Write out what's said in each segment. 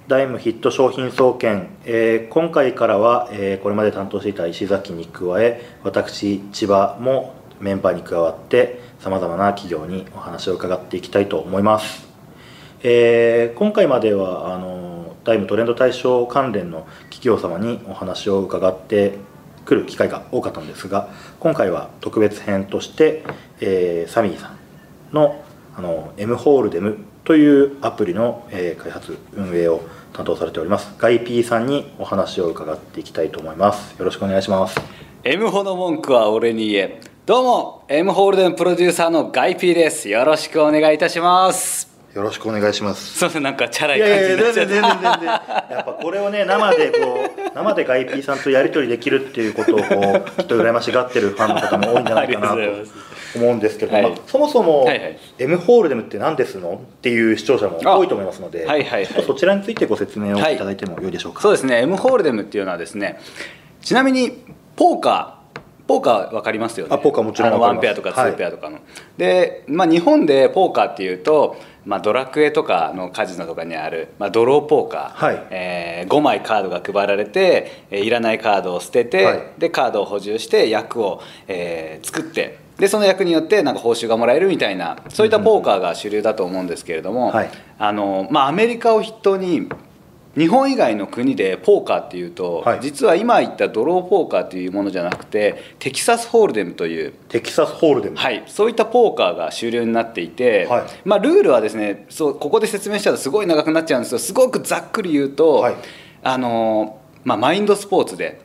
ダイムヒット商品総研、今回からは、これまで担当していた石崎に加え、私千葉もメンバーに加わってさまざまな企業にお話を伺っていきたいと思います。今回まではダイムトレンド大賞関連の企業様にお話を伺ってくる機会が多かったんですが、今回は特別編として、サミーさんのMホールデムというアプリの、開発運営を担当されておりますガイピーさんにお話を伺っていきたいと思います。よろしくお願いします。 M ホの文句は俺に言え。どうも M ホールデムプロデューサーのガイピーです。よろしくお願いいたします。 よろしくお願いします。 そうですね、なんかチャラい感じになっちゃって。 全然やっぱこれをね生でガイピーさんとやり取りできるっていうことをきっと羨ましがってるファンの方も多いんじゃないかなと思うんですけど、そもそも M ホールデムって何ですのっていう視聴者も多いと思いますので、そちらについてご説明をいただいてもよいでしょうか。 そうですね、 M ホールデムっていうのはですね、ちなみにポーカー分かりますよね。 ポーカーもちろん分かります。 1ペアとか2ペアとかの、で、日本でポーカーっていうと、ドラクエとかのカジノとかにある、ドローポーカー、5枚カードが配られて、いらないカードを捨てて、でカードを補充して役を、作って、でその役によってなんか報酬がもらえるみたいな、そういったポーカーが主流だと思うんですけれども、アメリカを筆頭に日本以外の国でポーカーっていうと、実は今言ったドローポーカーというものじゃなくてテキサスホールデムという、 テキサスホールデム、 そういったポーカーが主流になっていて、ルールはですね、ここで説明しちゃうとすごい長くなっちゃうんですけど、すごくざっくり言うと、マインドスポーツで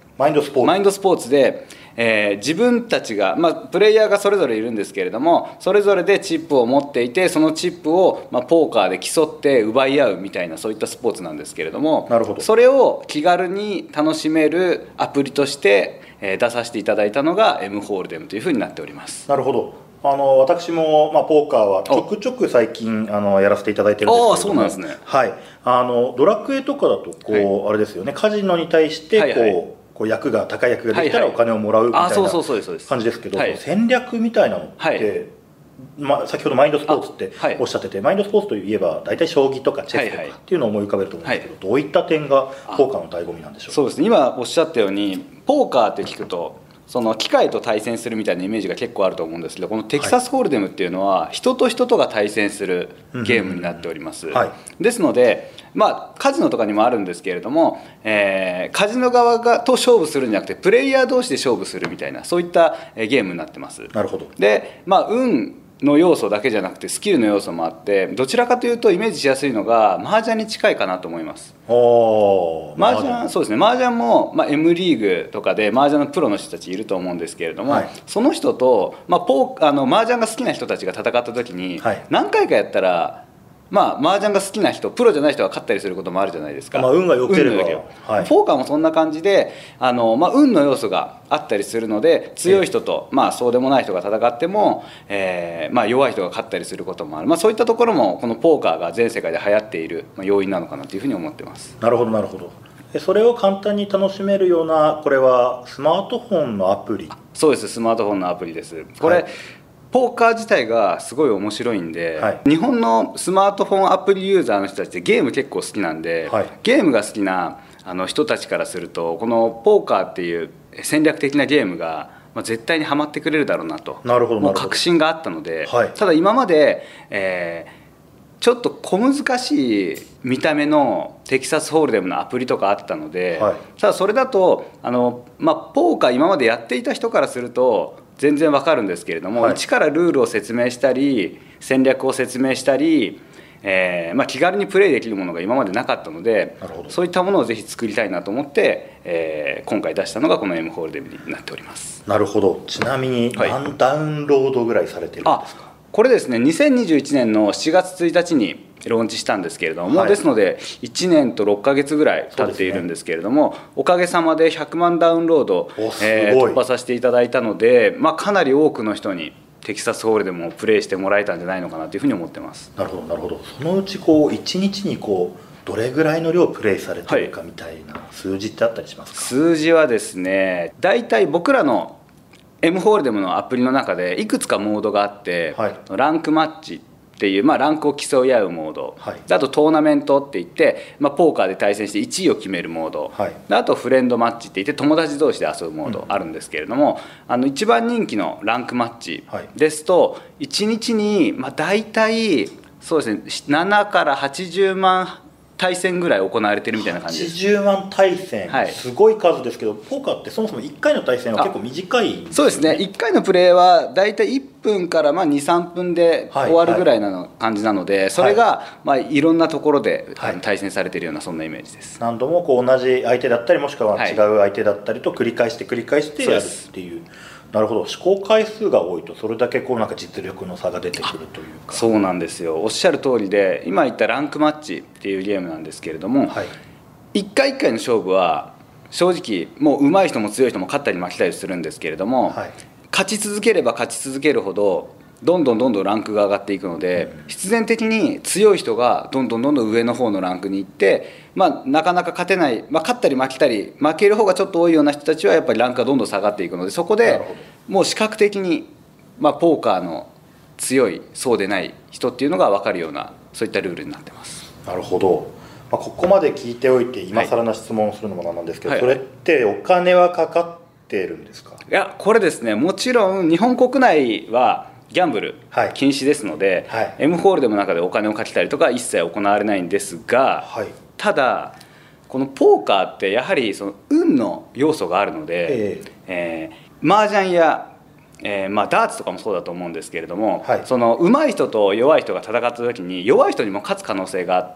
自分たちが、プレイヤーがそれぞれいるんですけれども、それぞれでチップを持っていて、そのチップを、ポーカーで競って奪い合うみたいな、そういったスポーツなんですけれども、それを気軽に楽しめるアプリとして、出させていただいたのが M ホールデムというふうになっております。 なるほど。私も、ポーカーはちょくちょく最近やらせていただいてるんですけども、 そうなんですね。 ドラクエとかだとあれですよね、カジノに対して役が高い役ができたらお金をもらうみたいな感じですけど、戦略みたいなのって、先ほどマインドスポーツっておっしゃってて、マインドスポーツといえば大体将棋とかチェスとかっていうのを思い浮かべると思うんですけど、どういった点がポーカーの醍醐味なんでしょうか。 そうですね、今おっしゃったようにポーカーって聞くとその機械と対戦するみたいなイメージが結構あると思うんですけど、このテキサスホールデムっていうのは人と人とが対戦するゲームになっております。ですので、カジノとかにもあるんですけれども、カジノ側と勝負するんじゃなくてプレイヤー同士で勝負するみたいな、そういったゲームになってます。 なるほど。 で、運の要素だけじゃなくてスキルの要素もあって、どちらかというとイメージしやすいのが麻雀に近いかなと思います。麻雀、そうですね、麻雀も、M リーグとかで麻雀のプロの人たちいると思うんですけれども、その人と、麻雀が好きな人たちが戦った時に、何回かやったら麻雀が好きな人、プロじゃない人が勝ったりすることもあるじゃないですか。 運が良ければ。 ポーカーもそんな感じで運の要素があったりするので、強い人と、そうでもない人が戦っても、弱い人が勝ったりすることもある、そういったところもこのポーカーが全世界で流行っている要因なのかなというふうに思ってます。 なるほどなるほど。それを簡単に楽しめるような、これはスマートフォンのアプリ。 そうです、スマートフォンのアプリです。これ、ポーカー自体がすごい面白いんで、日本のスマートフォンアプリユーザーの人たちってゲーム結構好きなんで、ゲームが好きな人たちからすると、このポーカーっていう戦略的なゲームが絶対にハマってくれるだろうなと、もう確信があったので、ただ今まで、ちょっと小難しい見た目のテキサスホールデムのアプリとかあったので、ただそれだとポーカー今までやっていた人からすると全然わかるんですけれども、一からルールを説明したり戦略を説明したり、気軽にプレイできるものが今までなかったので、そういったものをぜひ作りたいなと思って、今回出したのがこの M ホールデムになっております。 なるほど。ちなみに何ダウンロードぐらいされてるんですか。 これですね、2021年の7月1日にローンチしたんですけれども、ですので1年と6ヶ月ぐらい経っているんですけれども、おかげさまで100万ダウンロード、突破させていただいたので、かなり多くの人にテキサスホールでもプレイしてもらえたんじゃないのかなというふうに思ってます。 なるほどなるほど。そのうち1日にどれぐらいの量プレイされてるかみたいな数字ってあったりしますか。 数字はですね、だいたい僕らのM ホールデムのアプリの中でいくつかモードがあって、ランクマッチ、 っていう、ランクを競い合うモード、 はい、 あとトーナメントっていって、ポーカーで対戦して1位を決めるモード、 はい、 あとフレンドマッチっていって友達同士で遊ぶモードあるんですけれども、一番人気のランクマッチですと1日に大体そうですね7から80万対戦ぐらい行われてるみたいな感じです。 80万対戦、 はい、 すごい数ですけど、ポーカーってそもそも1回の対戦は結構短いんですよね。 そうですね、1回のプレーは大体1分から23分で終わるぐらいな感じなので、それがいろんなところで対戦されているような、そんなイメージです。 何度も同じ相手だったり、もしくは違う相手だったりと繰り返してやるっていう。なるほど、試行回数が多いとそれだけなんか実力の差が出てくるというか。 そうなんですよ、おっしゃる通りで、今言ったランクマッチっていうゲームなんですけれども、一回一回の勝負は正直もう上手い人も強い人も勝ったり負けたりするんですけれども、勝ち続ければ勝ち続けるほどどんどんランクが上がっていくので、必然的に強い人がどんどん上の方のランクに行って、なかなか勝てない、勝ったり負けたり、負ける方がちょっと多いような人たちはやっぱりランクがどんどん下がっていくので、そこでもう視覚的に、ポーカーの強いそうでない人っていうのが分かるような、そういったルールになってます。 なるほど。ここまで聞いておいて今更な質問をするのもなんですけど、それってお金はかかってるんですか？ いや、これですね、もちろん日本国内はギャンブル禁止ですので、M ホールデムの中でお金をかけたりとか一切行われないんですが、ただこのポーカーってやはりその運の要素があるので、麻雀やダーツとかもそうだと思うんですけれども、その上手い人と弱い人が戦った時に弱い人にも勝つ可能性があって、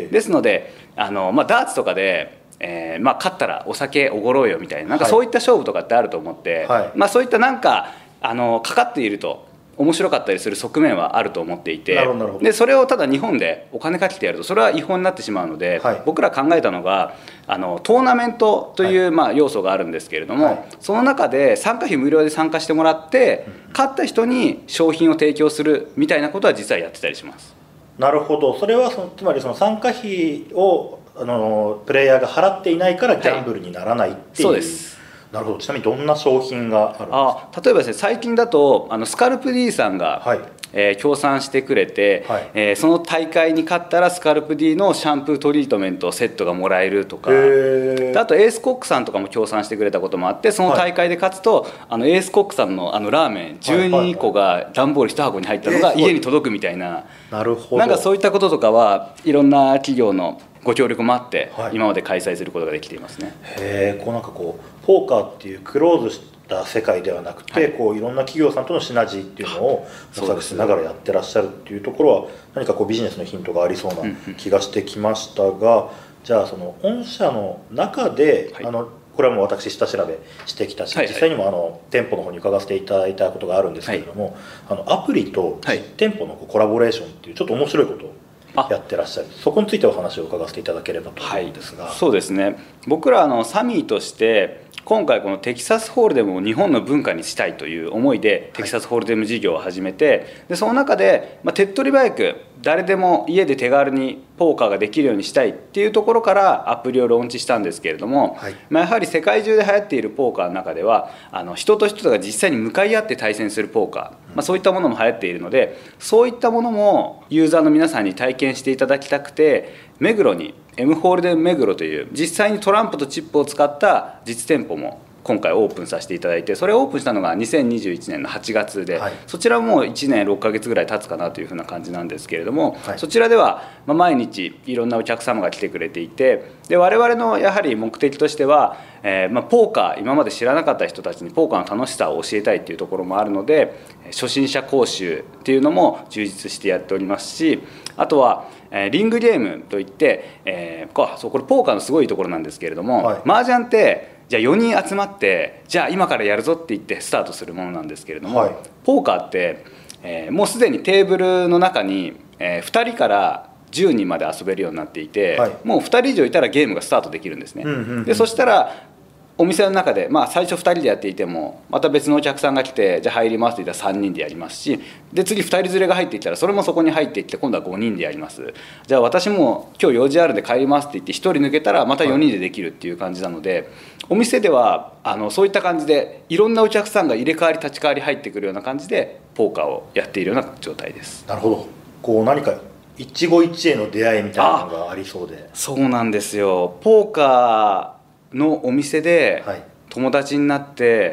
ですのでダーツとかで勝ったらお酒おごろうよみたいな、そういった勝負とかってあると思って、そういったかかっていると面白かったりする側面はあると思っていて、でそれをただ日本でお金かけてやるとそれは違法になってしまうので、僕ら考えたのがトーナメントという要素があるんですけれども、その中で参加費無料で参加してもらって勝った人に商品を提供するみたいなことは実はやってたりします。 なるほど、それはつまりその参加費をプレイヤーが払っていないからギャンブルにならないっていう、 そうです。 なるほど。ちなみにどんな商品があるんですか？ 例えばですね、最近だとスカルプ D さんが、協賛してくれて、その大会に勝ったらスカルプ D のシャンプートリートメントセットがもらえるとか、あとエースコックさんとかも協賛してくれたこともあって、その大会で勝つとエースコックさんのラーメン12個が段ボール1箱に入ったのが家に届くみたいな、そういったこととかはいろんな企業のご協力もあって、今まで開催することができていますね。 ポーカーっていうクローズした世界ではなくて、いろんな企業さんとのシナジーっていうのを模索しながらやってらっしゃるっていうところは何かビジネスのヒントがありそうな気がしてきましたが、じゃあその御社の中で、これはもう私下調べしてきたし、実際にも店舗の方に伺わせていただいたことがあるんですけれども、アプリと実店舗のコラボレーションっていうちょっと面白いことをやってらっしゃる、そこについてお話を伺わせていただければと思うんですが。 そうですね、僕らサミーとして今回このテキサスホールデムを日本の文化にしたいという思いでテキサスホールデム事業を始めて、でその中で、手っ取り早く誰でも家で手軽にポーカーができるようにしたいっていうところからアプリをローンチしたんですけれども、やはり世界中で流行っているポーカーの中では人と人が実際に向かい合って対戦するポーカー、そういったものも流行っているので、そういったものもユーザーの皆さんに体験していただきたくて、目黒にM ホールデム目黒という実際にトランプとチップを使った実店舗も今回オープンさせていただいて、それをオープンしたのが2021年の8月で、そちらも1年6ヶ月ぐらい経つかなというふうな感じなんですけれども、そちらでは毎日いろんなお客様が来てくれていて、で我々のやはり目的としては、ポーカー今まで知らなかった人たちにポーカーの楽しさを教えたいっていうところもあるので、初心者講習っていうのも充実してやっておりますし、あとはリングゲームといって、これポーカーのすごいところなんですけれども、麻雀ってじゃあ4人集まってじゃあ今からやるぞって言ってスタートするものなんですけれども、ポーカーって、もうすでにテーブルの中に、2人から10人まで遊べるようになっていて、もう2人以上いたらゲームがスタートできるんですね。でそしたらお店の中で、最初2人でやっていてもまた別のお客さんが来てじゃあ入りますって言ったら3人でやりますし、で次2人連れが入っていったらそれもそこに入っていって今度は5人でやります。じゃあ私も今日用事あるんで帰りますって言って1人抜けたらまた4人でできるっていう感じなので、お店ではそういった感じでいろんなお客さんが入れ替わり立ち替わり入ってくるような感じでポーカーをやっているような状態です。 なるほど。 こう何か一期一会の出会いみたいなのがありそうで。 そうなんですよ。ポーカーのお店で友達になって、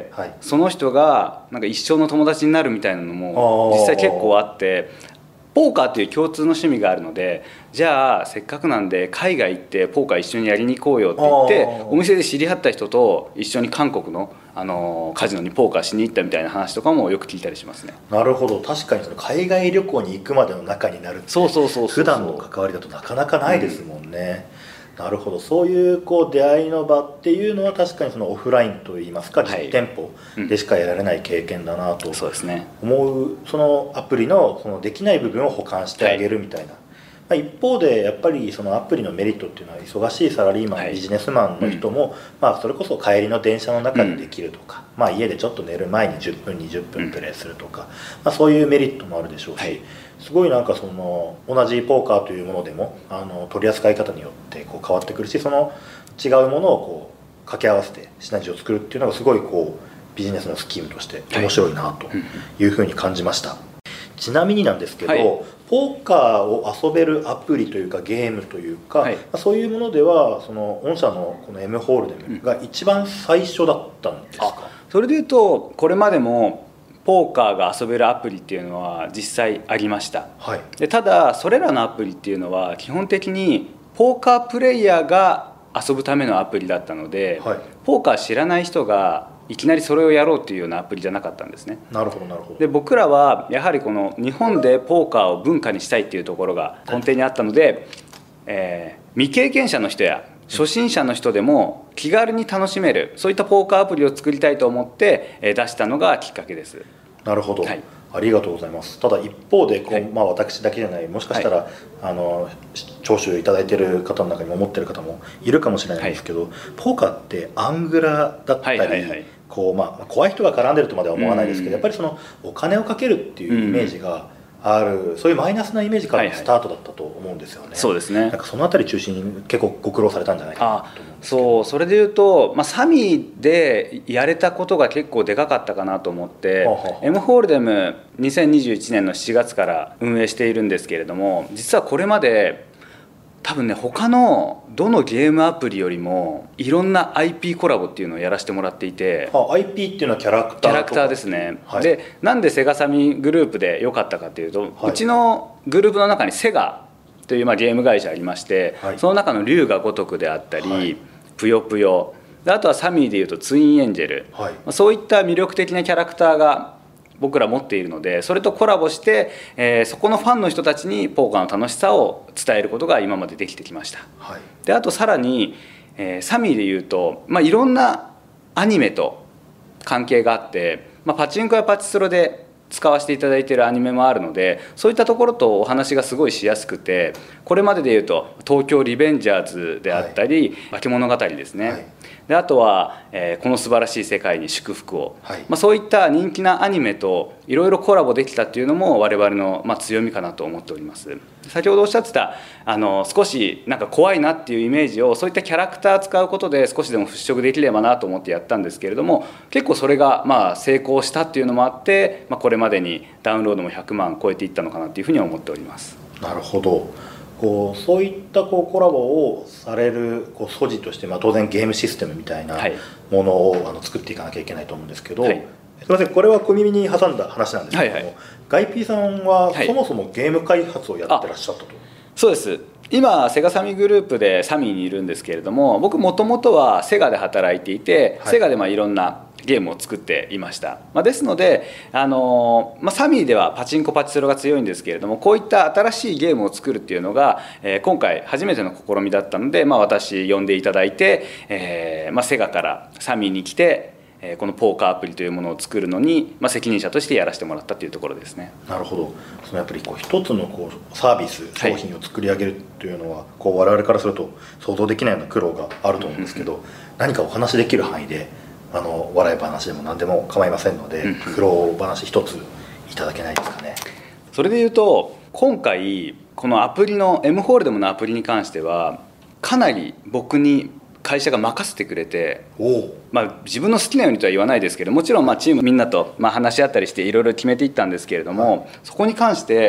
はい、その人がなんか一生の友達になるみたいなのも実際結構あって、ポーカーっていう共通の趣味があるので、じゃあせっかくなんで海外行ってポーカー一緒にやりに行こうよって言ってお店で知り合った人と一緒に韓国のカジノにポーカーしに行ったみたいな話とかもよく聞いたりしますね。 なるほど。確かにその海外旅行に行くまでの仲になるって普段の関わりだとなかなかないですもんね。なるほど。そういう出会いの場っていうのは確かにそのオフラインといいますか実店舗でしか得られない経験だなと思う。そのアプリのそのできない部分を補完してあげるみたいな。一方でやっぱりそのアプリのメリットっていうのは忙しいサラリーマン、ビジネスマンの人も、それこそ帰りの電車の中でできるとか、家でちょっと寝る前に10分20分プレイするとか、そういうメリットもあるでしょうし、すごいなんかその同じポーカーというものでも取り扱い方によって変わってくるし、その違うものを掛け合わせてシナジーを作るっていうのがすごいビジネスのスキームとして面白いなというふうに感じました。ちなみになんですけど、ポーカーを遊べるアプリというかゲームというか、そういうものではその御社のこの M ホールデムが一番最初だったんですか？ それでいうとこれまでもポーカーが遊べるアプリっていうのは実際ありました、でただそれらのアプリっていうのは基本的にポーカープレイヤーが遊ぶためのアプリだったので、ポーカー知らない人がいきなりそれをやろうというようなアプリじゃなかったんですね。 なるほどなるほど。 で僕らはやはりこの日本でポーカーを文化にしたいっていうところが根底にあったので、未経験者の人や初心者の人でも気軽に楽しめる、そういったポーカーアプリを作りたいと思って出したのがきっかけです。 なるほど、ありがとうございます。ただ一方で私だけじゃない、もしかしたら、聴取いただいている方の中にも思っている方もいるかもしれないんですけど、ポーカーってアングラだったり、怖い人が絡んでるとまでは思わないですけど、やっぱりそのお金をかけるっていうイメージがある、そういうマイナスなイメージからのスタートだったと思うんですよね。 そうですね。 なんかそのあたり中心に結構ご苦労されたんじゃないかなと思うんですけど。 それでいうと、サミーでやれたことが結構でかかったかなと思って、M ホールデム2021年の7月から運営しているんですけれども、実はこれまで多分ね、他のどのゲームアプリよりもいろんな IP コラボっていうのをやらせてもらっていて、 IP っていうのはキャラクターですね、でなんでセガサミグループで良かったかっていうと、うちのグループの中にセガというゲーム会社ありまして、その中の龍が如くであったり、ぷよぷよで、あとはサミーでいうとツインエンジェル、そういった魅力的なキャラクターが僕ら持っているので、それとコラボして、そこのファンの人たちにポーカーの楽しさを伝えることが今までできてきました。であとさらに、サミーでいうと、いろんなアニメと関係があって、パチンコやパチスロで使わせていただいているアニメもあるので、そういったところとお話がすごいしやすくて、これまででいうと東京リベンジャーズであったり、化け物語ですね、であとは、この素晴らしい世界に祝福を、そういった人気なアニメといろいろコラボできたっていうのも我々の強みかなと思っております。先ほどおっしゃってた少しなんか怖いなっていうイメージをそういったキャラクター使うことで少しでも払拭できればなと思ってやったんですけれども、結構それが成功したっていうのもあって、これまでにダウンロードも100万超えていったのかなというふうに思っております。 なるほど。そういったコラボをされる素地として、当然ゲームシステムみたいなものを作っていかなきゃいけないと思うんですけど、すみません、これは小耳に挟んだ話なんですけども、ガイピーさんはそもそもゲーム開発をやってらっしゃったと。 そうです。今セガサミグループでサミーにいるんですけれども、僕もともとはセガで働いていて、セガでいろんなゲームを作っていました。ですのでサミーではパチンコパチスロが強いんですけれども、こういった新しいゲームを作るっていうのが、今回初めての試みだったので、私呼んでいただいて、セガからサミーに来て、このポーカーアプリというものを作るのに、責任者としてやらせてもらったというところですね。 なるほど。そのやっぱり一つのサービス商品を作り上げるというのは、我々からすると想像できないような苦労があると思うんですけど、何かお話しできる範囲で笑い話でも何でも構いませんので、苦労話一ついただけないですかね。 それでいうと、今回このアプリの M ホールデムのアプリに関してはかなり僕に会社が任せてくれて、自分の好きなようにとは言わないですけど、もちろんチームみんなと話し合ったりしていろいろ決めていったんですけれども、そこに関して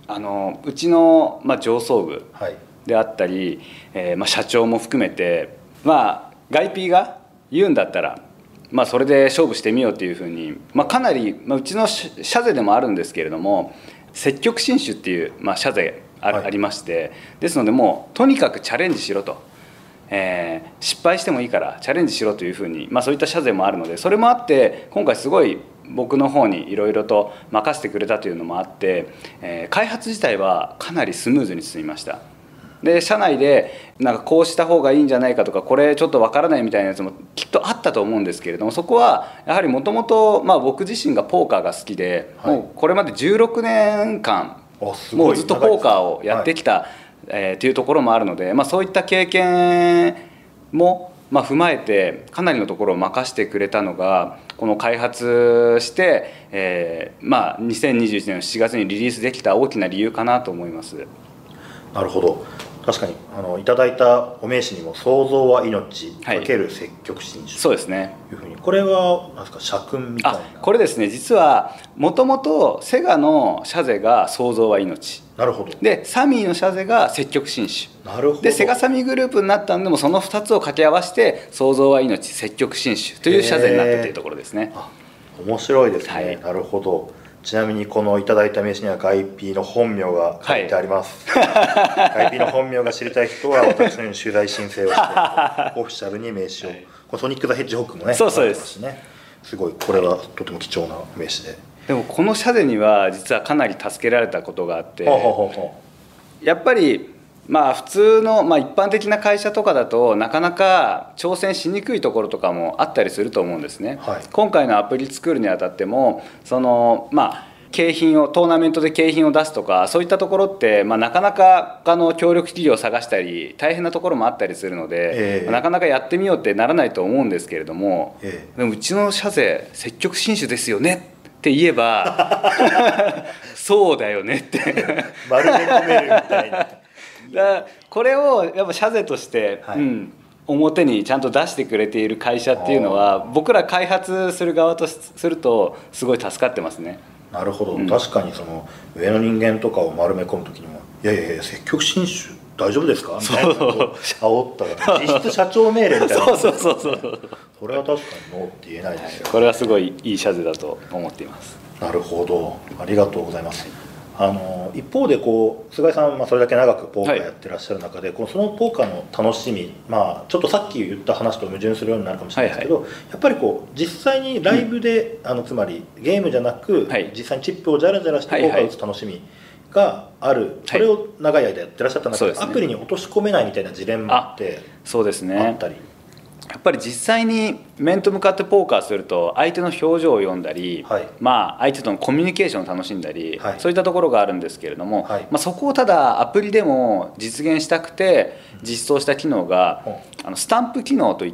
うちの、上層部であったり、社長も含めて、外 P が言うんだったら、それで勝負してみようっていうふうに、かなり、うちの社税でもあるんですけれども、積極進取っていう、社税ありまして、ですのでもうとにかくチャレンジしろと、失敗してもいいからチャレンジしろというふうに、そういった社税もあるので、それもあって今回すごい僕の方にいろいろと任せてくれたというのもあって、開発自体はかなりスムーズに進みました。で社内でこうした方がいいんじゃないかとか、これちょっとわからないみたいなやつもきっとあったと思うんですけれども、そこはやはりもともと僕自身がポーカーが好きで、もうこれまで16年間もうずっとポーカーをやってきたっていうところもあるので、そういった経験も踏まえてかなりのところを任せてくれたのが、この開発して、2021年の7月にリリースできた大きな理由かなと思います。 なるほど。確かにいただいたお名刺にも創造は命×積極進取、 そうですね。 いうふうに、これは何ですか、社訓みたいな。 これですね、実はもともとセガの社税が創造は命、 なるほど。 でサミーの社税が積極進取、 なるほど。 でセガサミーグループになったんでも、その2つを掛け合わせて創造は命積極進取という社税になったというところですね。 面白いですね、なるほど。ちなみにこのいただいた名刺にはガイピーの本名が書いてあります、ガイピーの本名が知りたい人は私のように取材申請をしてオフィシャルに名刺を、このソニック・ザ・ヘッジホッグもね、 そうですね。すごい、これはとても貴重な名刺で。 でもこの社税には実はかなり助けられたことがあって、やっぱり普通の、一般的な会社とかだとなかなか挑戦しにくいところとかもあったりすると思うんですね、今回のアプリ作るにあたっても、その景品をトーナメントで景品を出すとか、そういったところって、なかなか他の協力企業を探したり大変なところもあったりするので、なかなかやってみようってならないと思うんですけれども、でもうちの社税積極進取ですよねって言えばそうだよねって丸め込めるみたいなこれをやっぱ社税として、表にちゃんと出してくれている会社っていうのは、僕ら開発する側とするとすごい助かってますね。 なるほど、確かにその上の人間とかを丸め込む時にも「いやいやいや積極進取大丈夫ですか?」みたいな煽ったら実質社長命令みたいな。それは確かにノーって言えないですよ、 これはすごいいい社税だと思っています。 なるほど、ありがとうございます。一方で菅井さんはそれだけ長くポーカーやってらっしゃる中で、そのポーカーの楽しみ、ちょっとさっき言った話と矛盾するようになるかもしれないですけど、やっぱり実際にライブで、つまりゲームじゃなく、実際にチップをジャラジャラしてポーカーを打つ楽しみがある、それを長い間やってらっしゃった中で、アプリに落とし込めないみたいなジレンマってそうですね、 あったり。 やっぱり実際に面と向かってポーカーすると相手の表情を読んだり、相手とのコミュニケーションを楽しんだり、そういったところがあるんですけれども、そこをただアプリでも実現したくて実装した機能が、スタンプ機能といって。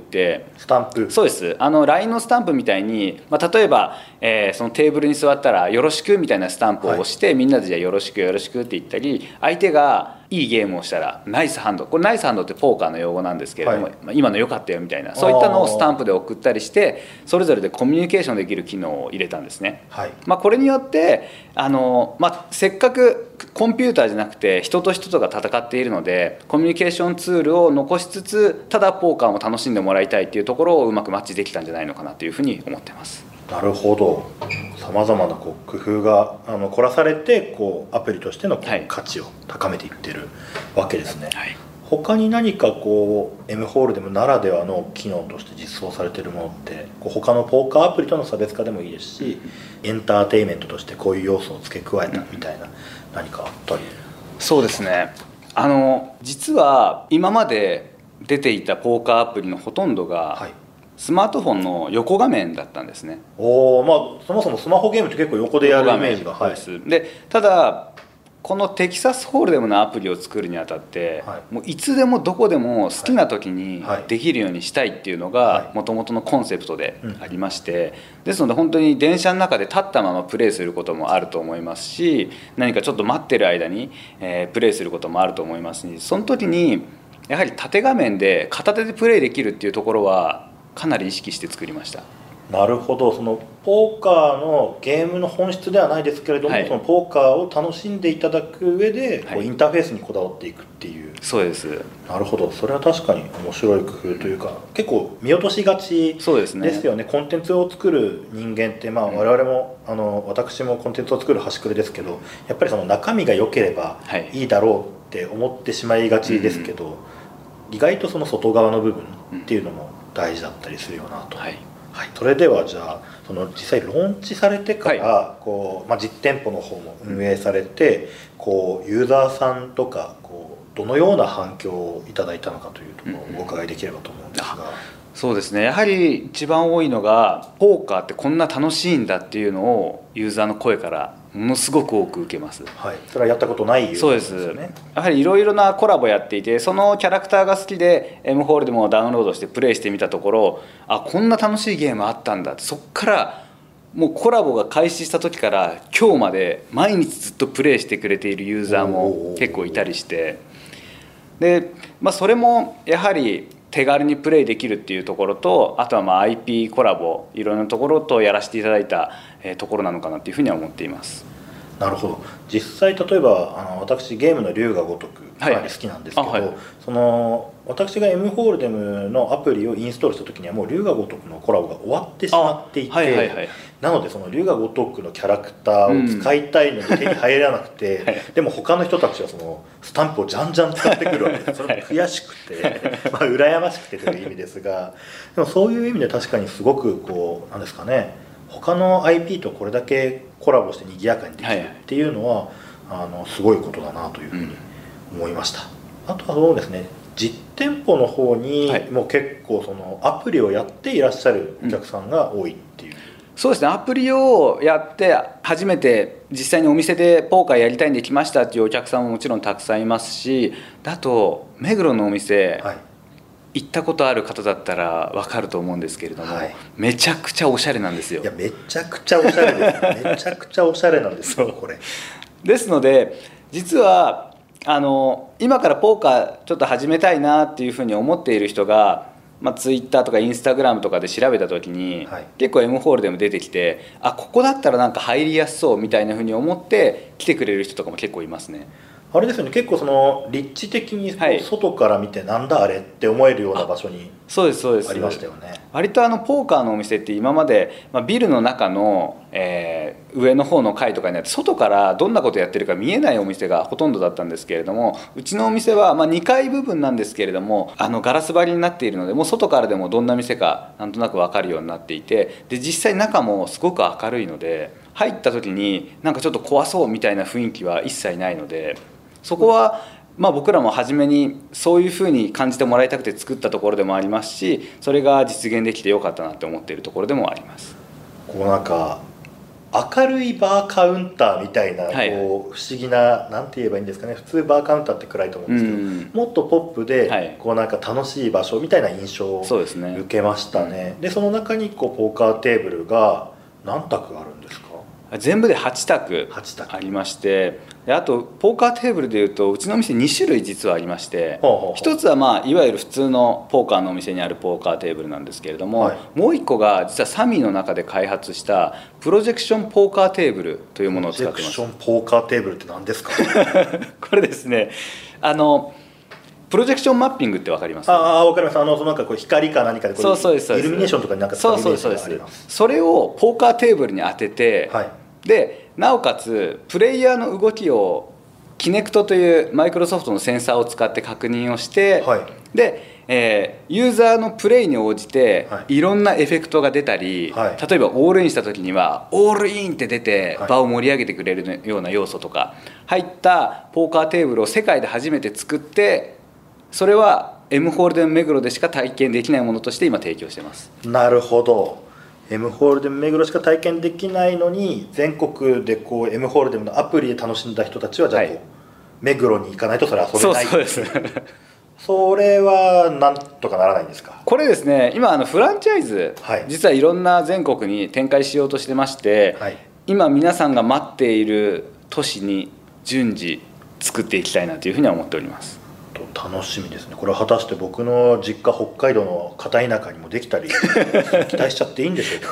スタンプ、 そうです。LINE のスタンプみたいに、例えば、そのテーブルに座ったら「よろしく」みたいなスタンプを押して、みんなでじゃあよろしくよろしくって言ったり、相手がいいゲームをしたらナイスハンド、これナイスハンドってポーカーの用語なんですけれども、今の良かったよみたいな、そういったのをスタンプで送ったりして、それぞれでコミュニケーションできる機能を入れたんですね。これによってせっかくコンピューターじゃなくて人と人とが戦っているので、コミュニケーションツールを残しつつ、ただポーカーも楽しんでもらいたいっていうところをうまくマッチできたんじゃないのかなというふうに思ってます。 なるほど。さまざまな工夫が凝らされてアプリとしての価値を高めていってるわけですね。他に何かM ホールデムならではの機能として実装されているものって他のポーカーアプリとの差別化でもいいですし、エンターテインメントとしてこういう要素を付け加えたみたいな、何かあったり。 そうですね、実は今まで出ていたポーカーアプリのほとんどが、スマートフォンの横画面だったんですね。 そもそもスマホゲームって結構横でやるイメージが。 でただこのテキサスホールデムのアプリを作るにあたって、もういつでもどこでも好きな時にできるようにしたいっていうのがもともとのコンセプトでありまして、ですので本当に電車の中で立ったままプレイすることもあると思いますし、何かちょっと待ってる間にプレイすることもあると思いますし、その時にやはり縦画面で片手でプレイできるっていうところはかなり意識して作りました。 なるほど。 ポーカーのゲームの本質ではないですけれども、そのポーカーを楽しんでいただく上でこうインターフェースにこだわっていくっていう。 そうです。 なるほど、それは確かに面白い工夫というか、結構見落としがちですよね。コンテンツを作る人間って、我々も私もコンテンツを作る端くれですけど、やっぱりその中身が良ければいいだろうって思ってしまいがちですけど、意外とその外側の部分っていうのも大事だったりするよなと。それではじゃあその実際ローンチされてからこう、実店舗の方も運営されて、こうユーザーさんとかこうどのような反響をいただいたのかというところをお伺いできればと思うんですが。 そうですね、やはり一番多いのがポーカーってこんな楽しいんだっていうのをユーザーの声からものすごく多く受けます。 それはやったことないユーザーですよね。 そうです。やはりいろいろなコラボやっていて、そのキャラクターが好きで M ホールでもダウンロードしてプレイしてみたところ、こんな楽しいゲームあったんだって、そっからもうコラボが開始した時から今日まで毎日ずっとプレイしてくれているユーザーも結構いたりして、で、それもやはり手軽にプレイできるっていうところと、あとはIP コラボいろんなところとやらせていただいたところなのかなというふうには思っています。 なるほど。実際例えば私ゲームの龍が如くかなり好きなんですけど、その私が M ホールデムのアプリをインストールした時にはもう龍が如くのコラボが終わってしまっていて、なのでその龍が如くのキャラクターを使いたいのに手に入らなくて、でも他の人たちはそのスタンプをじゃんじゃん使ってくるわけです。それも悔しくて羨ましくてという意味ですが、でもそういう意味で確かにすごくこうなんですかね、他の IP とこれだけコラボして賑やかにできるっていうのは、すごいことだなというふうに思いました。あとはそうですね、実店舗の方にも結構そのアプリをやっていらっしゃるお客さんが多いっていう。 そうですね、アプリをやって初めて実際にお店でポーカーやりたいんで来ましたっていうお客さんももちろんたくさんいますし、あと目黒のお店、行ったことある方だったら分かると思うんですけれども、めちゃくちゃおしゃれなんですよ。 いやめちゃくちゃおしゃれですめちゃくちゃおしゃれなんですよこれ。 ですので実は今からポーカーちょっと始めたいなっていうふうに思っている人が、ツイッターとかインスタグラムとかで調べた時に、結構 M ホールでも出てきて、ここだったらなんか入りやすそうみたいなふうに思って来てくれる人とかも結構いますね。 あれですよね、結構その立地的に外から見てなんだあれって思えるような場所にありましたよね。 割とポーカーのお店って今まで、ビルの中の、上の方の階とかにあって外からどんなことやってるか見えないお店がほとんどだったんですけれども、うちのお店は、2階部分なんですけれどもガラス張りになっているので、もう外からでもどんな店かなんとなく分かるようになっていて、で実際中もすごく明るいので入った時になんかちょっと怖そうみたいな雰囲気は一切ないので、そこは僕らも初めにそういうふうに感じてもらいたくて作ったところでもありますし、それが実現できてよかったなって思っているところでもあります。 こうなんか明るいバーカウンターみたいな、こう不思議な、なんて言えばいいんですかね、普通バーカウンターって暗いと思うんですけど、もっとポップで、こうなんか楽しい場所みたいな印象を受けましたね。でその中にこうポーカーテーブルが何卓あるんですか？ 全部で8卓ありまして、であとポーカーテーブルでいうとうちのお店2種類実はありまして、一つはいわゆる普通のポーカーのお店にあるポーカーテーブルなんですけれども、もう一個が実はサミーの中で開発したプロジェクションポーカーテーブルというものを使っています。 プロジェクションポーカーテーブルって何ですか？ これですね、プロジェクションマッピングって分かります？ 分かります。なんかこう光か何かでこうイルミネーションとかになんか使うイメージがあります。 それをポーカーテーブルに当てて、でなおかつプレイヤーの動きをキネクトというマイクロソフトのセンサーを使って確認をして、で、ユーザーのプレイに応じていろんなエフェクトが出たり、例えばオールインした時にはオールインって出て場を盛り上げてくれるような要素とか入ったポーカーテーブルを世界で初めて作って、それは M ホールデム目黒でしか体験できないものとして今提供しています。 なるほど。M ホールデム目黒しか体験できないのに全国でこう M ホールデムのアプリで楽しんだ人たちはじゃあこう、目黒に行かないとそれは遊べない。 そうですそれはなんとかならないんですか？ これですね、今フランチャイズ、実はいろんな全国に展開しようとしてまして、今皆さんが待っている都市に順次作っていきたいなというふうには思っております。 楽しみですね。これは果たして僕の実家北海道の片田舎にもできたり期待しちゃっていいんでしょうかね。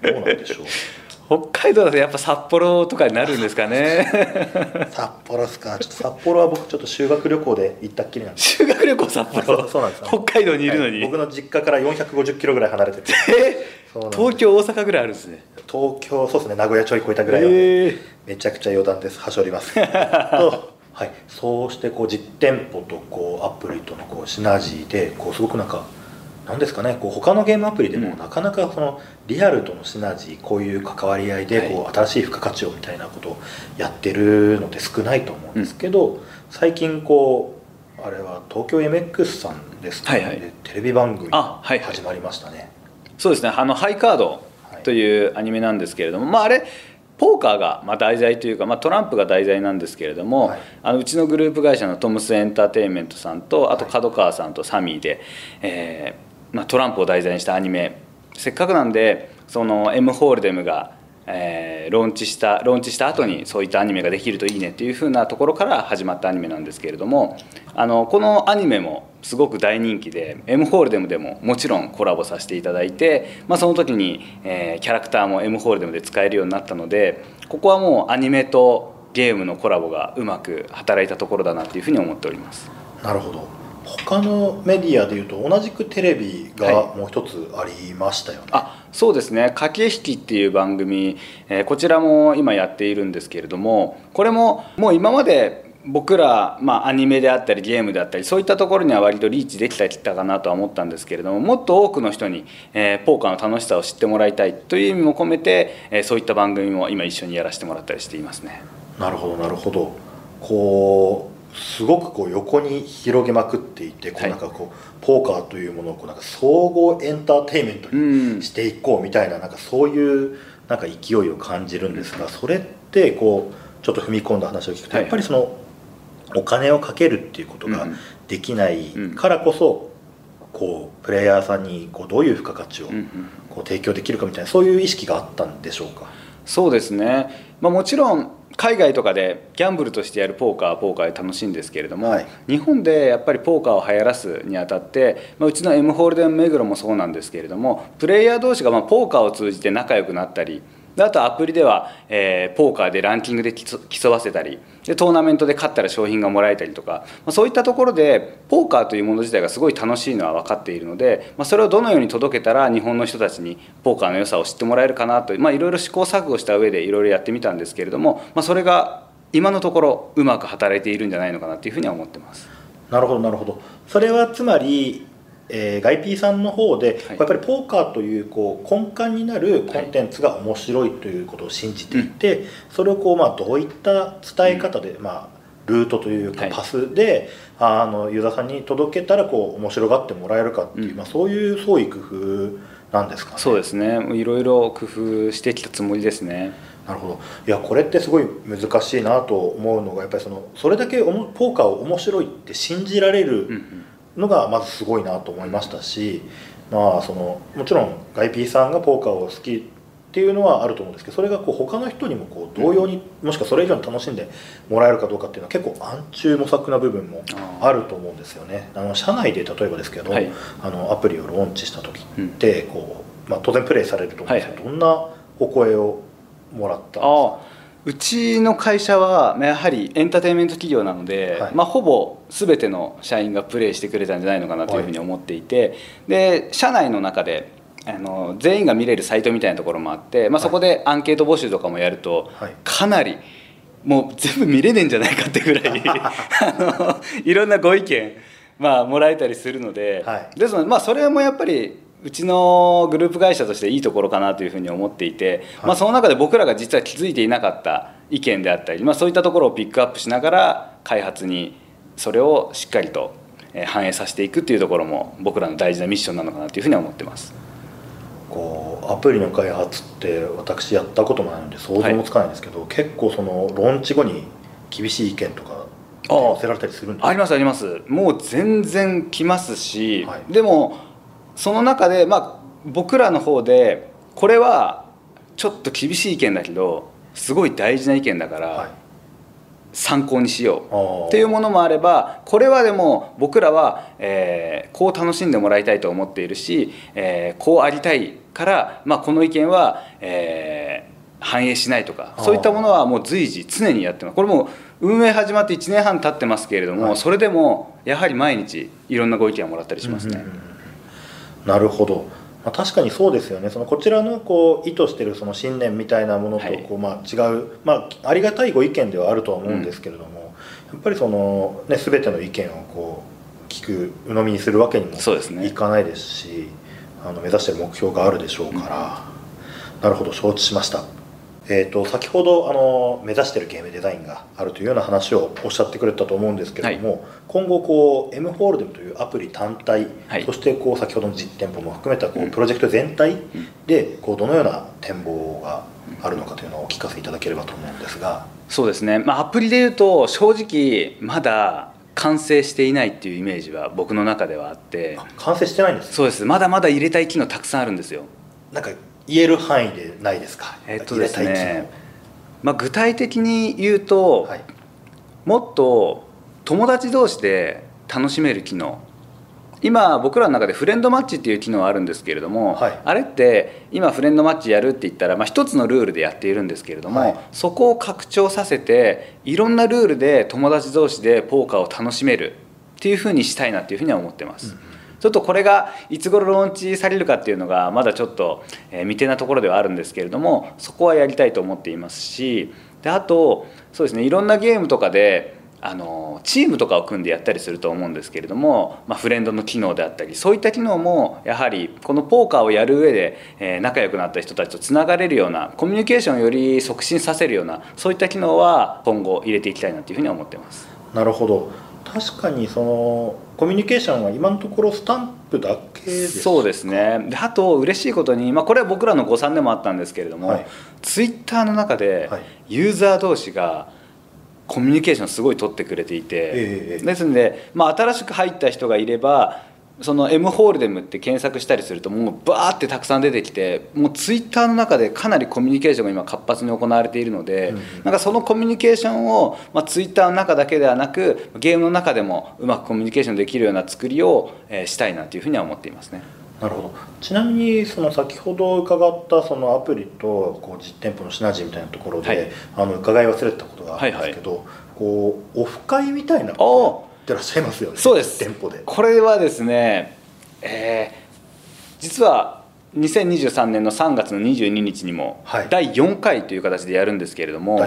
どうなんでしょう。 北海道だとやっぱ札幌とかになるんですかね。 札幌ですか。ちょっと札幌は僕ちょっと修学旅行で行ったっきりなんです。 修学旅行札幌。 そうなんです。 北海道にいるのに、 僕の実家から450キロぐらい離れてて、 東京大阪ぐらいあるんですね。 東京、そうですね、名古屋ちょい超えたぐらいは、ね、めちゃくちゃ余談です。はしょりますと、はい、そうして実店舗とアプリとのシナジーですごくなんですかね、他のゲームアプリでもなかなかそのリアルとのシナジー、こういう関わり合いで新しい付加価値をみたいなことをやってるので少ないと思うんですけど、最近あれは東京 MX さんですかね、テレビ番組始まりましたね。 そうですね、ハイカードというアニメなんですけれども、あれポーカーが題材というか、トランプが題材なんですけれども、うちのグループ会社のトムスエンターテインメントさんと、あと角川さんとサミーで、トランプを題材にしたアニメ、せっかくなんでその M ホールデムが、ローンチした後にそういったアニメができるといいねっていう風なところから始まったアニメなんですけれども、このアニメもすごく大人気で M ホールデムでももちろんコラボさせていただいて、その時に、キャラクターも M ホールデムで使えるようになったので、ここはもうアニメとゲームのコラボがうまく働いたところだなというふうに思っております。 なるほど。他のメディアでいうと同じくテレビがもう一つありましたよね。 そうですね、駆け引きっていう番組、こちらも今やっているんですけれども、これももう今まで僕ら、アニメであったりゲームであったりそういったところには割とリーチできたかなとは思ったんですけれども、もっと多くの人に、ポーカーの楽しさを知ってもらいたいという意味も込めて、そういった番組も今一緒にやらせてもらったりしていますね。 なるほどなるほど。すごく横に広げまくっていて、ポーカーというものを総合エンターテインメントにしていこうみたいな、そういう勢いを感じるんですが、それってちょっと踏み込んだ話を聞くと、やっぱりそのお金をかけるっていうことができないからこそ、プレイヤーさんにどういう付加価値を提供できるかみたいな、そういう意識があったんでしょうか。 そうですね、もちろん海外とかでギャンブルとしてやるポーカーで楽しいんですけれども、日本でやっぱりポーカーを流行らすにあたって、うちの M ホールデム目黒もそうなんですけれども、プレイヤー同士がポーカーを通じて仲良くなったり、あとアプリでは、ポーカーでランキングで競わせたりで、トーナメントで勝ったら商品がもらえたりとか、そういったところでポーカーというもの自体がすごい楽しいのは分かっているので、それをどのように届けたら日本の人たちにポーカーの良さを知ってもらえるかなと、いろいろ試行錯誤した上でいろいろやってみたんですけれども、それが今のところうまく働いているんじゃないのかなというふうには思ってます。 なるほどなるほど。それはつまりガイピーさんの方で、やっぱりポーカーという根幹になるコンテンツが面白いということを信じていて、それをどういった伝え方で、ルートというかパスで、ユーザーさんに届けたら面白がってもらえるかっていう、そういう創意工夫なんですかね。 そうですね、いろいろ工夫してきたつもりですね。 なるほど。いや、これってすごい難しいなと思うのが、やっぱりそれだけポーカーを面白いって信じられるのがまずすごいなと思いましたし、もちろんガイピーさんがポーカーを好きっていうのはあると思うんですけど、それが他の人にも同様に、もしくはそれ以上に楽しんでもらえるかどうかっていうのは結構暗中模索な部分もあると思うんですよね。社内で例えばですけど、アプリをローンチした時って当然プレイされると思うんですけど、どんなお声をもらったんですか？ うちの会社はやはりエンターテインメント企業なので、ほぼ全ての社員がプレイしてくれたんじゃないのかなというふうに思っていて、で社内の中で全員が見れるサイトみたいなところもあって、そこでアンケート募集とかもやると、かなりもう全部見れねえんじゃないかってぐらいいろんなご意見、もらえたりするので、ですのでそれもやっぱりうちのグループ会社としていいところかなというふうに思っていて、その中で僕らが実は気づいていなかった意見であったり、そういったところをピックアップしながら開発にそれをしっかりと反映させていくっていうところも僕らの大事なミッションなのかなというふうに思ってます。 アプリの開発って私やったこともないので想像もつかないんですけど、結構ローンチ後に厳しい意見とか寄せられたりするんですか？ ありますあります。もう全然来ますし、でもその中で僕らの方でこれはちょっと厳しい意見だけどすごい大事な意見だから、 参考にしようっていうものもあれば、これはでも僕らは、こう楽しんでもらいたいと思っているし、こうありたいから、この意見は、反映しないとか、そういったものはもう随時常にやってます。これも運営始まって1年半経ってますけれども、それでもやはり毎日いろんなご意見をもらったりしますね。 なるほど。確かにそうですよね。そのこちらの意図しているその信念みたいなものと違う、ありがたいご意見ではあるとは思うんですけれども、やっぱりその、全ての意見を聞く鵜呑みにするわけにもいかないですし、目指している目標があるでしょうから、なるほど、承知しました。先ほど目指しているゲームデザインがあるというような話をおっしゃってくれたと思うんですけれども、今後Mホールデムというアプリ単体、そして先ほどの実店舗も含めたプロジェクト全体でどのような展望があるのかというのをお聞かせいただければと思うんですが。 そうですね、アプリでいうと正直まだ完成していないっていうイメージは僕の中ではあって。 完成してないんですか？ そうです。まだまだ入れたい機能たくさんあるんですよ。 なんか言える範囲でないですか？ ですね、具体的に言うと、もっと友達同士で楽しめる機能、今僕らの中でフレンドマッチっていう機能はあるんですけれども、あれって今フレンドマッチやるって言ったら、一つのルールでやっているんですけれども、そこを拡張させていろんなルールで友達同士でポーカーを楽しめるっていうふうにしたいなっていうふうには思ってます。ちょっとこれがいつ頃ローンチされるかっていうのがまだちょっと未定なところではあるんですけれども、そこはやりたいと思っていますし、であとそうですね、いろんなゲームとかでチームとかを組んでやったりすると思うんですけれども、フレンドの機能であったり、そういった機能もやはりこのポーカーをやる上で仲良くなった人たちとつながれるような、コミュニケーションをより促進させるような、そういった機能は今後入れていきたいなというふうに思ってます。 なるほど。確かにそのコミュニケーションは今のところスタンプだけですか？ そうですね。であと嬉しいことに、これは僕らの誤算でもあったんですけれども、ツイッターの中でユーザー同士がコミュニケーションすごい取ってくれていて、ですので、新しく入った人がいればその M ホールデムって検索したりするともうバーってたくさん出てきて、もうツイッターの中でかなりコミュニケーションが今活発に行われているので、なんかそのコミュニケーションを、ツイッターの中だけではなくゲームの中でもうまくコミュニケーションできるような作りをしたいなというふうには思っていますね。 なるほど。ちなみにその先ほど伺ったそのアプリと実店舗のシナジーみたいなところで、伺い忘れてたことがあるんですけど、オフ会みたいなことやってらっしゃいますよね。 そうです。 店舗でこれはですね、実は2023年の3月の22日にも第4回という形でやるんですけれども、 第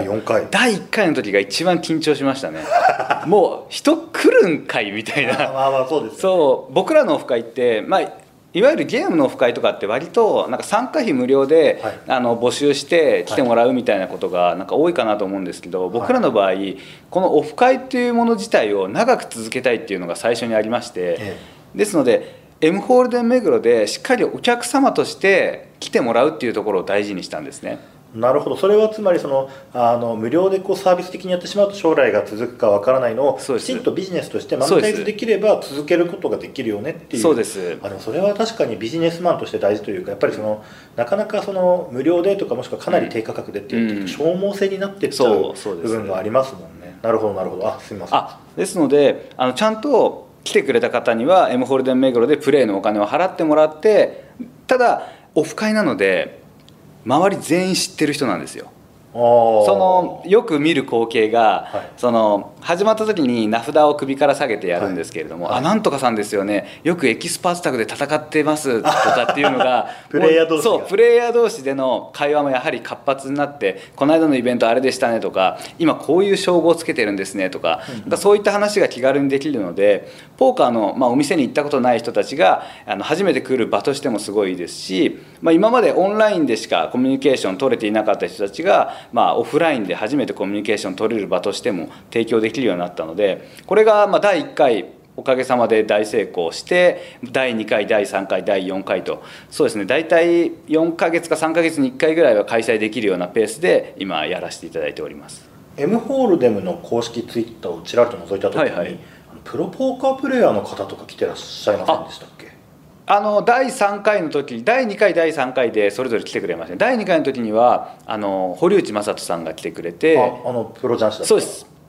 1 回の時が一番緊張しましたね。もう人来るんかいみたいな。 そうですよね。 そう、僕らのオフ会って、いわゆるゲームのオフ会とかって割となんか参加費無料で、募集して来てもらうみたいなことがなんか多いかなと思うんですけど、僕らの場合このオフ会っていうもの自体を長く続けたいっていうのが最初にありまして、ですのでMホールデン目黒でしっかりお客様として来てもらうっていうところを大事にしたんですね。 なるほど。それはつまりその無料でサービス的にやってしまうと将来が続くかわからないのをきちんとビジネスとしてマネタイズできれば続けることができるよねっていう。 そうです。 でもそれは確かにビジネスマンとして大事というか、やっぱりなかなか無料でとかもしくはかなり低価格でっていう消耗性になっていっちゃう部分がありますもんね。なるほどなるほど。すみません。 ですのでちゃんと来てくれた方には M ホールデン目黒でプレイのお金を払ってもらって、ただオフ会なので周り全員知ってる人なんですよ。よく見る光景が、始まった時に名札を首から下げてやるんですけれども、なんとかさんですよね、よくエキスパーツタグで戦ってますとかっていうのがプレイヤー同士そうプレイヤー同士での会話もやはり活発になって、この間のイベントあれでしたねとか、今こういう称号をつけてるんですねとか、そういった話が気軽にできるので、ポーカーの、お店に行ったことない人たちが初めて来る場としてもすごいですし、今までオンラインでしかコミュニケーション取れていなかった人たちがオフラインで初めてコミュニケーション取れる場としても提供できるようになったので、これが第1回おかげさまで大成功して、第2回第3回第4回と、そうですね、大体4ヶ月か3ヶ月に1回ぐらいは開催できるようなペースで今やらせていただいております。 M ホールデムの公式ツイッターをちらりと覗いた時に、プロポーカープレイヤーの方とか来てらっしゃいませんでしたっけ？ 第3回の時、第2回第3回でそれぞれ来てくれましたね。第2回の時には堀内正人さんが来てくれて、 プロ雀士だった。 そうです。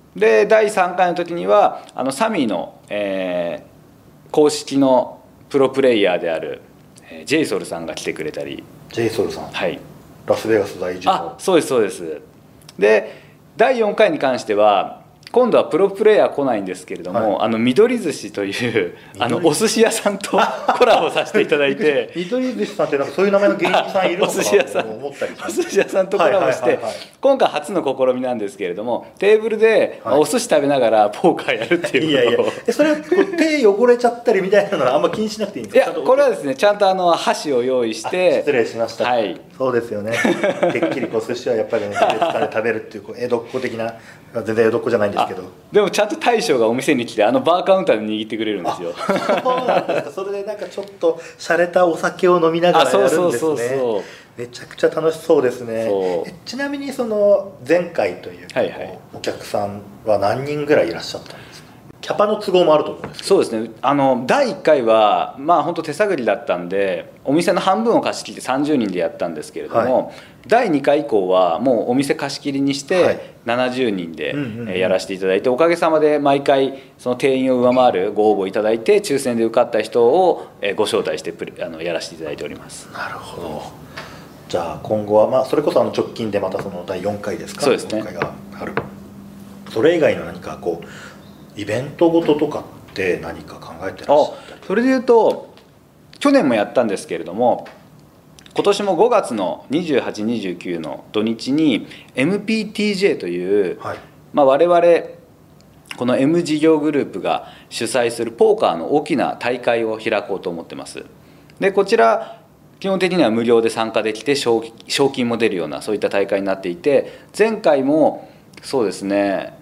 で第3回の時にはサミーの、公式のプロプレイヤーであるジェイソルさんが来てくれたり。 ジェイソルさん、 はい、 ラスベガス在住の。 そうですそうです。で第4回に関しては今度はプロプレイヤー来ないんですけれども、はい、緑寿司というお寿司屋さんとコラボさせていただいて緑寿司さんってなんかそういう名前の芸人さんいるのかなと思ったりお寿司屋さんとコラボして今回初の試みなんですけれども、テーブルでお寿司食べながらポーカーやるっていうことを、 それは手汚れちゃったりみたいなのはあんま気にしなくていいんですか？ いや、これはですねちゃんと箸を用意して失礼しました、 はい、 そうですよねてっきり寿司はやっぱりね手で使って食べるっていう江戸っ子的な、全然江戸っ子じゃないんですけど、 でもちゃんと大将がお店に来てバーカウンターで握ってくれるんですよ。 そうなんですか。それでなんかちょっと洒落たお酒を飲みながらやるんですね。めちゃくちゃ楽しそうですね。ちなみにその前回というか、お客さんは何人ぐらいいらっしゃったんですか？キャパの都合もあると思うんですけど。 そうですね、第1回は本当手探りだったんでお店の半分を貸し切って30人でやったんですけれども、第2回以降はもうお店貸し切りにして70人でやらせていただいて、おかげさまで毎回その定員を上回るご応募いただいて抽選で受かった人をご招待してやらせていただいております。 なるほど。じゃあ今後はそれこそ直近でまたその第4回ですか？ そうですね。 今回がある。それ以外の何かイベントごととかって何か考えてらっしゃったり？ それでいうと去年もやったんですけれども、今年も5月の28、29の土日に MPTJ という、我々この M 事業グループが主催するポーカーの大きな大会を開こうと思ってます。でこちら基本的には無料で参加できて賞金も出るようなそういった大会になっていて、前回もそうですね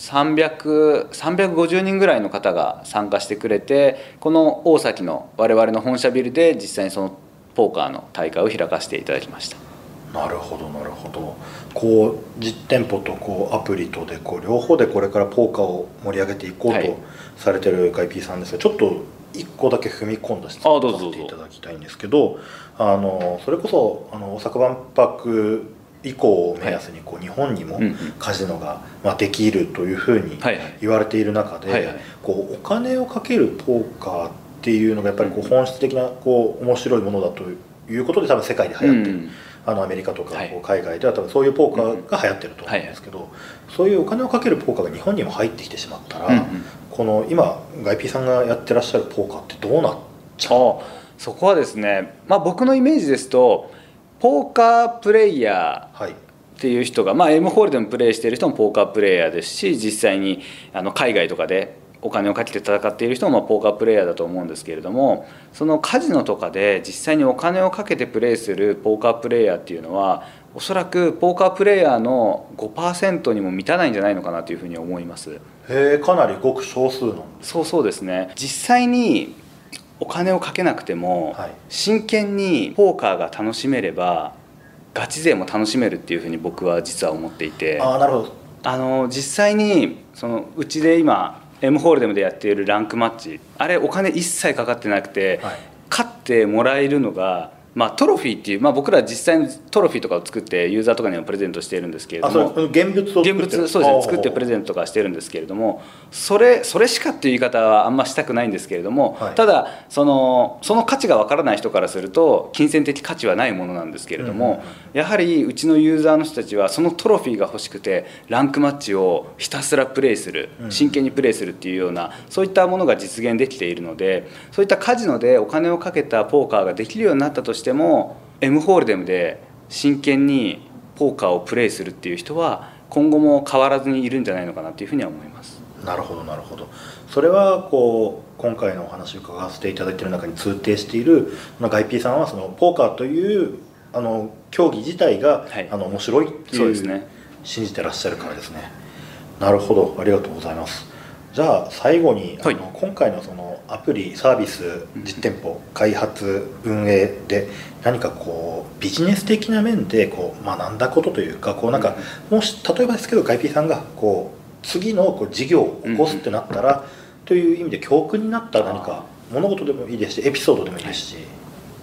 350人ぐらいの方が参加してくれて、この大崎の我々の本社ビルで実際にそのポーカーの大会を開かせていただきました。 なるほどなるほど。実店舗とアプリとで両方でこれからポーカーを盛り上げていこうとされてるガイピーさんですが、ちょっと1個だけ踏み込んだ質問をさせていただきたいんですけど、それこそ大阪万博以降を目安に日本にもカジノができるというふうに言われている中で、お金をかけるポーカーっていうのがやっぱり本質的な面白いものだということで多分世界で流行ってる、アメリカとか海外では多分そういうポーカーが流行ってると思うんですけど、そういうお金をかけるポーカーが日本にも入ってきてしまったら、今ガイピーさんがやってらっしゃるポーカーってどうなっちゃう？ そこはですね、僕のイメージですとポーカープレイヤーっていう人が、M ホールでもプレイしている人もポーカープレイヤーですし、実際に海外とかでお金をかけて戦っている人もポーカープレイヤーだと思うんですけれども、そのカジノとかで実際にお金をかけてプレイするポーカープレイヤーっていうのはおそらくポーカープレイヤーの 5% にも満たないんじゃないのかなというふうに思います。 かなりごく少数なんです。 そうですね。実際にお金をかけなくても真剣にポーカーが楽しめればガチ勢も楽しめるっていうふうに僕は実は思っていて、 なるほど。 実際にうちで今 M ホールデムでやっているランクマッチ、あれお金一切かかってなくて、勝ってもらえるのがトロフィーっていう、僕ら実際にトロフィーとかを作ってユーザーとかにもプレゼントしているんですけれども、 現物をそうですね、作ってプレゼントとかしてるんですけれども、それしかっていう言い方はあんましたくないんですけれども、ただその価値がわからない人からすると金銭的価値はないものなんですけれども、やはりうちのユーザーの人たちはそのトロフィーが欲しくてランクマッチをひたすらプレイする、真剣にプレイするっていうようなそういったものが実現できているので、そういったカジノでお金をかけたポーカーができるようになったとしても M ホールデムで真剣にポーカーをプレイするっていう人は今後も変わらずにいるんじゃないのかなというふうには思います。 なるほどなるほど。それは今回のお話を伺わせていただいている中に通底しているガイピーさんはそのポーカーという競技自体が、面白いっていう、信じてらっしゃるからですね。なるほど、ありがとうございます。じゃあ最後に今回のそのアプリサービス実店舗開発運営で何かビジネス的な面で学んだことというかなんかもし例えばですけどガイピーさんが次の事業を起こすってなったらという意味で教訓になった何か物事でもいいですしエピソードでもいいですしあ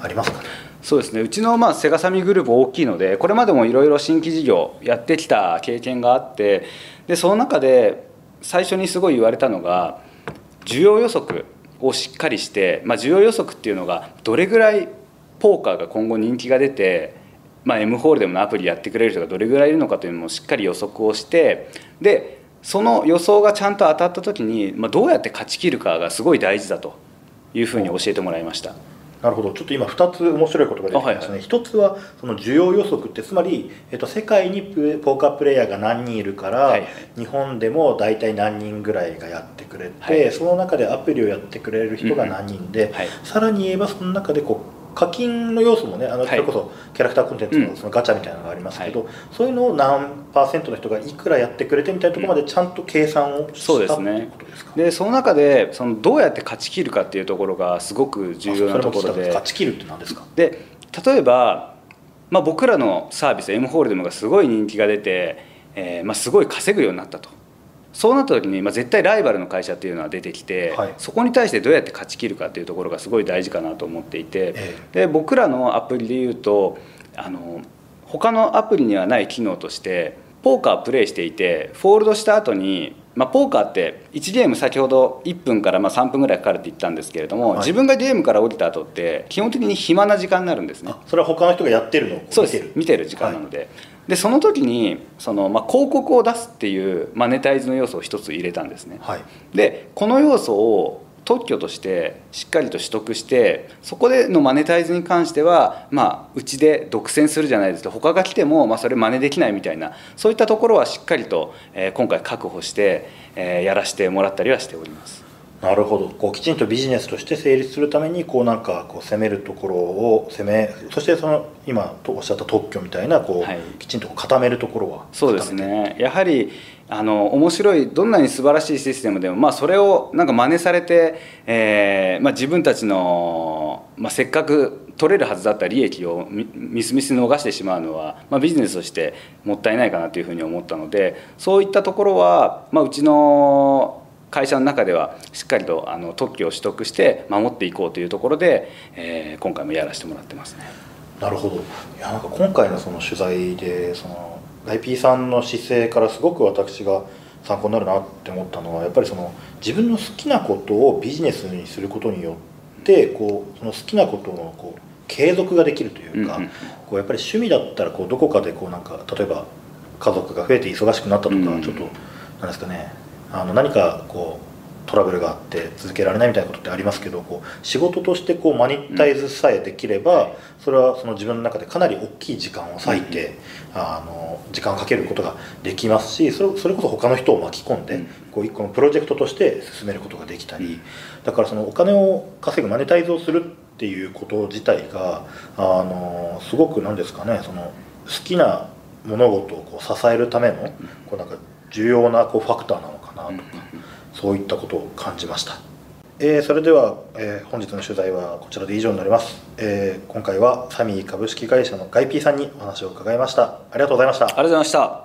ありますかね。 そうですね、うちのセガサミグループ大きいので、これまでもいろいろ新規事業やってきた経験があって、でその中で最初にすごい言われたのが、需要予測をしっかりして、需要予測っていうのがどれぐらいポーカーが今後人気が出て、M ホールデムのアプリやってくれる人がどれぐらいいるのかというのもしっかり予測をして、でその予想がちゃんと当たった時に、どうやって勝ち切るかがすごい大事だというふうに教えてもらいました。 なるほど。ちょっと今2つ面白いことが出てきましたね。1つはその需要予測って、つまり、世界にポーカープレイヤーが何人いるから、日本でも大体何人ぐらいがやってくれて、その中でアプリをやってくれる人が何人で、さらに言えばその中で課金の要素もね、それこそキャラクターコンテンツのそのガチャみたいなのがありますけど、そういうのを何%の人がいくらやってくれてみたいなところまでちゃんと計算をしたということですか。 でその中でどうやって勝ち切るかっていうところがすごく重要なところで、 勝ち切るって何ですか。 で例えば、僕らのサービス M ホールデムがすごい人気が出て、すごい稼ぐようになったと。そうなった時に、絶対ライバルの会社っていうのは出てきて、そこに対してどうやって勝ち切るかっていうところがすごい大事かなと思っていて、で僕らのアプリでいうと他のアプリにはない機能として、ポーカープレイしていてフォールドした後に、ポーカーって1ゲーム先ほど1分から3分ぐらいかかるって言ったんですけれども、自分がゲームから降りた後って基本的に暇な時間になるんですね。 それは他の人がやってるのを見てる。 そうです、見てる時間なので、でその時に広告を出すっていうマネタイズの要素を一つ入れたんですね。でこの要素を特許としてしっかりと取得して、そこでのマネタイズに関しては、うちで独占するじゃないですけど、他が来てもそれ真似できないみたいな、そういったところはしっかりと今回確保してやらせてもらったりはしております。 なるほど。きちんとビジネスとして成立するために攻めるところをそして今おっしゃった特許みたいなきちんと固めるところは。 そうですね、やはり面白い、どんなに素晴らしいシステムでも、それを真似されて、自分たちの、せっかく取れるはずだった利益をみすみす逃してしまうのは、ビジネスとしてもったいないかなというふうに思ったので、そういったところは、うちの会社の中ではしっかりと特許を取得して守っていこうというところで、今回もやらせてもらってますね。 なるほど。いや今回のその取材でIP さんの姿勢からすごく私が参考になるなって思ったのは、やっぱり自分の好きなことをビジネスにすることによってその好きなことの継続ができるというか、やっぱり趣味だったらどこかで例えば家族が増えて忙しくなったとか、ちょっとなんですかね、何かトラブルがあって続けられないみたいなことってありますけど、仕事としてマネタイズさえできれば、それは自分の中でかなり大きい時間を割いて、時間をかけることができますし、それこそ他の人を巻き込んで一個のプロジェクトとして進めることができたり、だからお金を稼ぐマネタイズをするっていうこと自体がすごく何ですかね、好きな物事を支えるための重要なファクターなのかなとか、そういったことを感じました。それでは、本日の取材はこちらで以上になります。今回はサミー株式会社のガイピーさんにお話を伺いました。ありがとうございました。 ありがとうございました。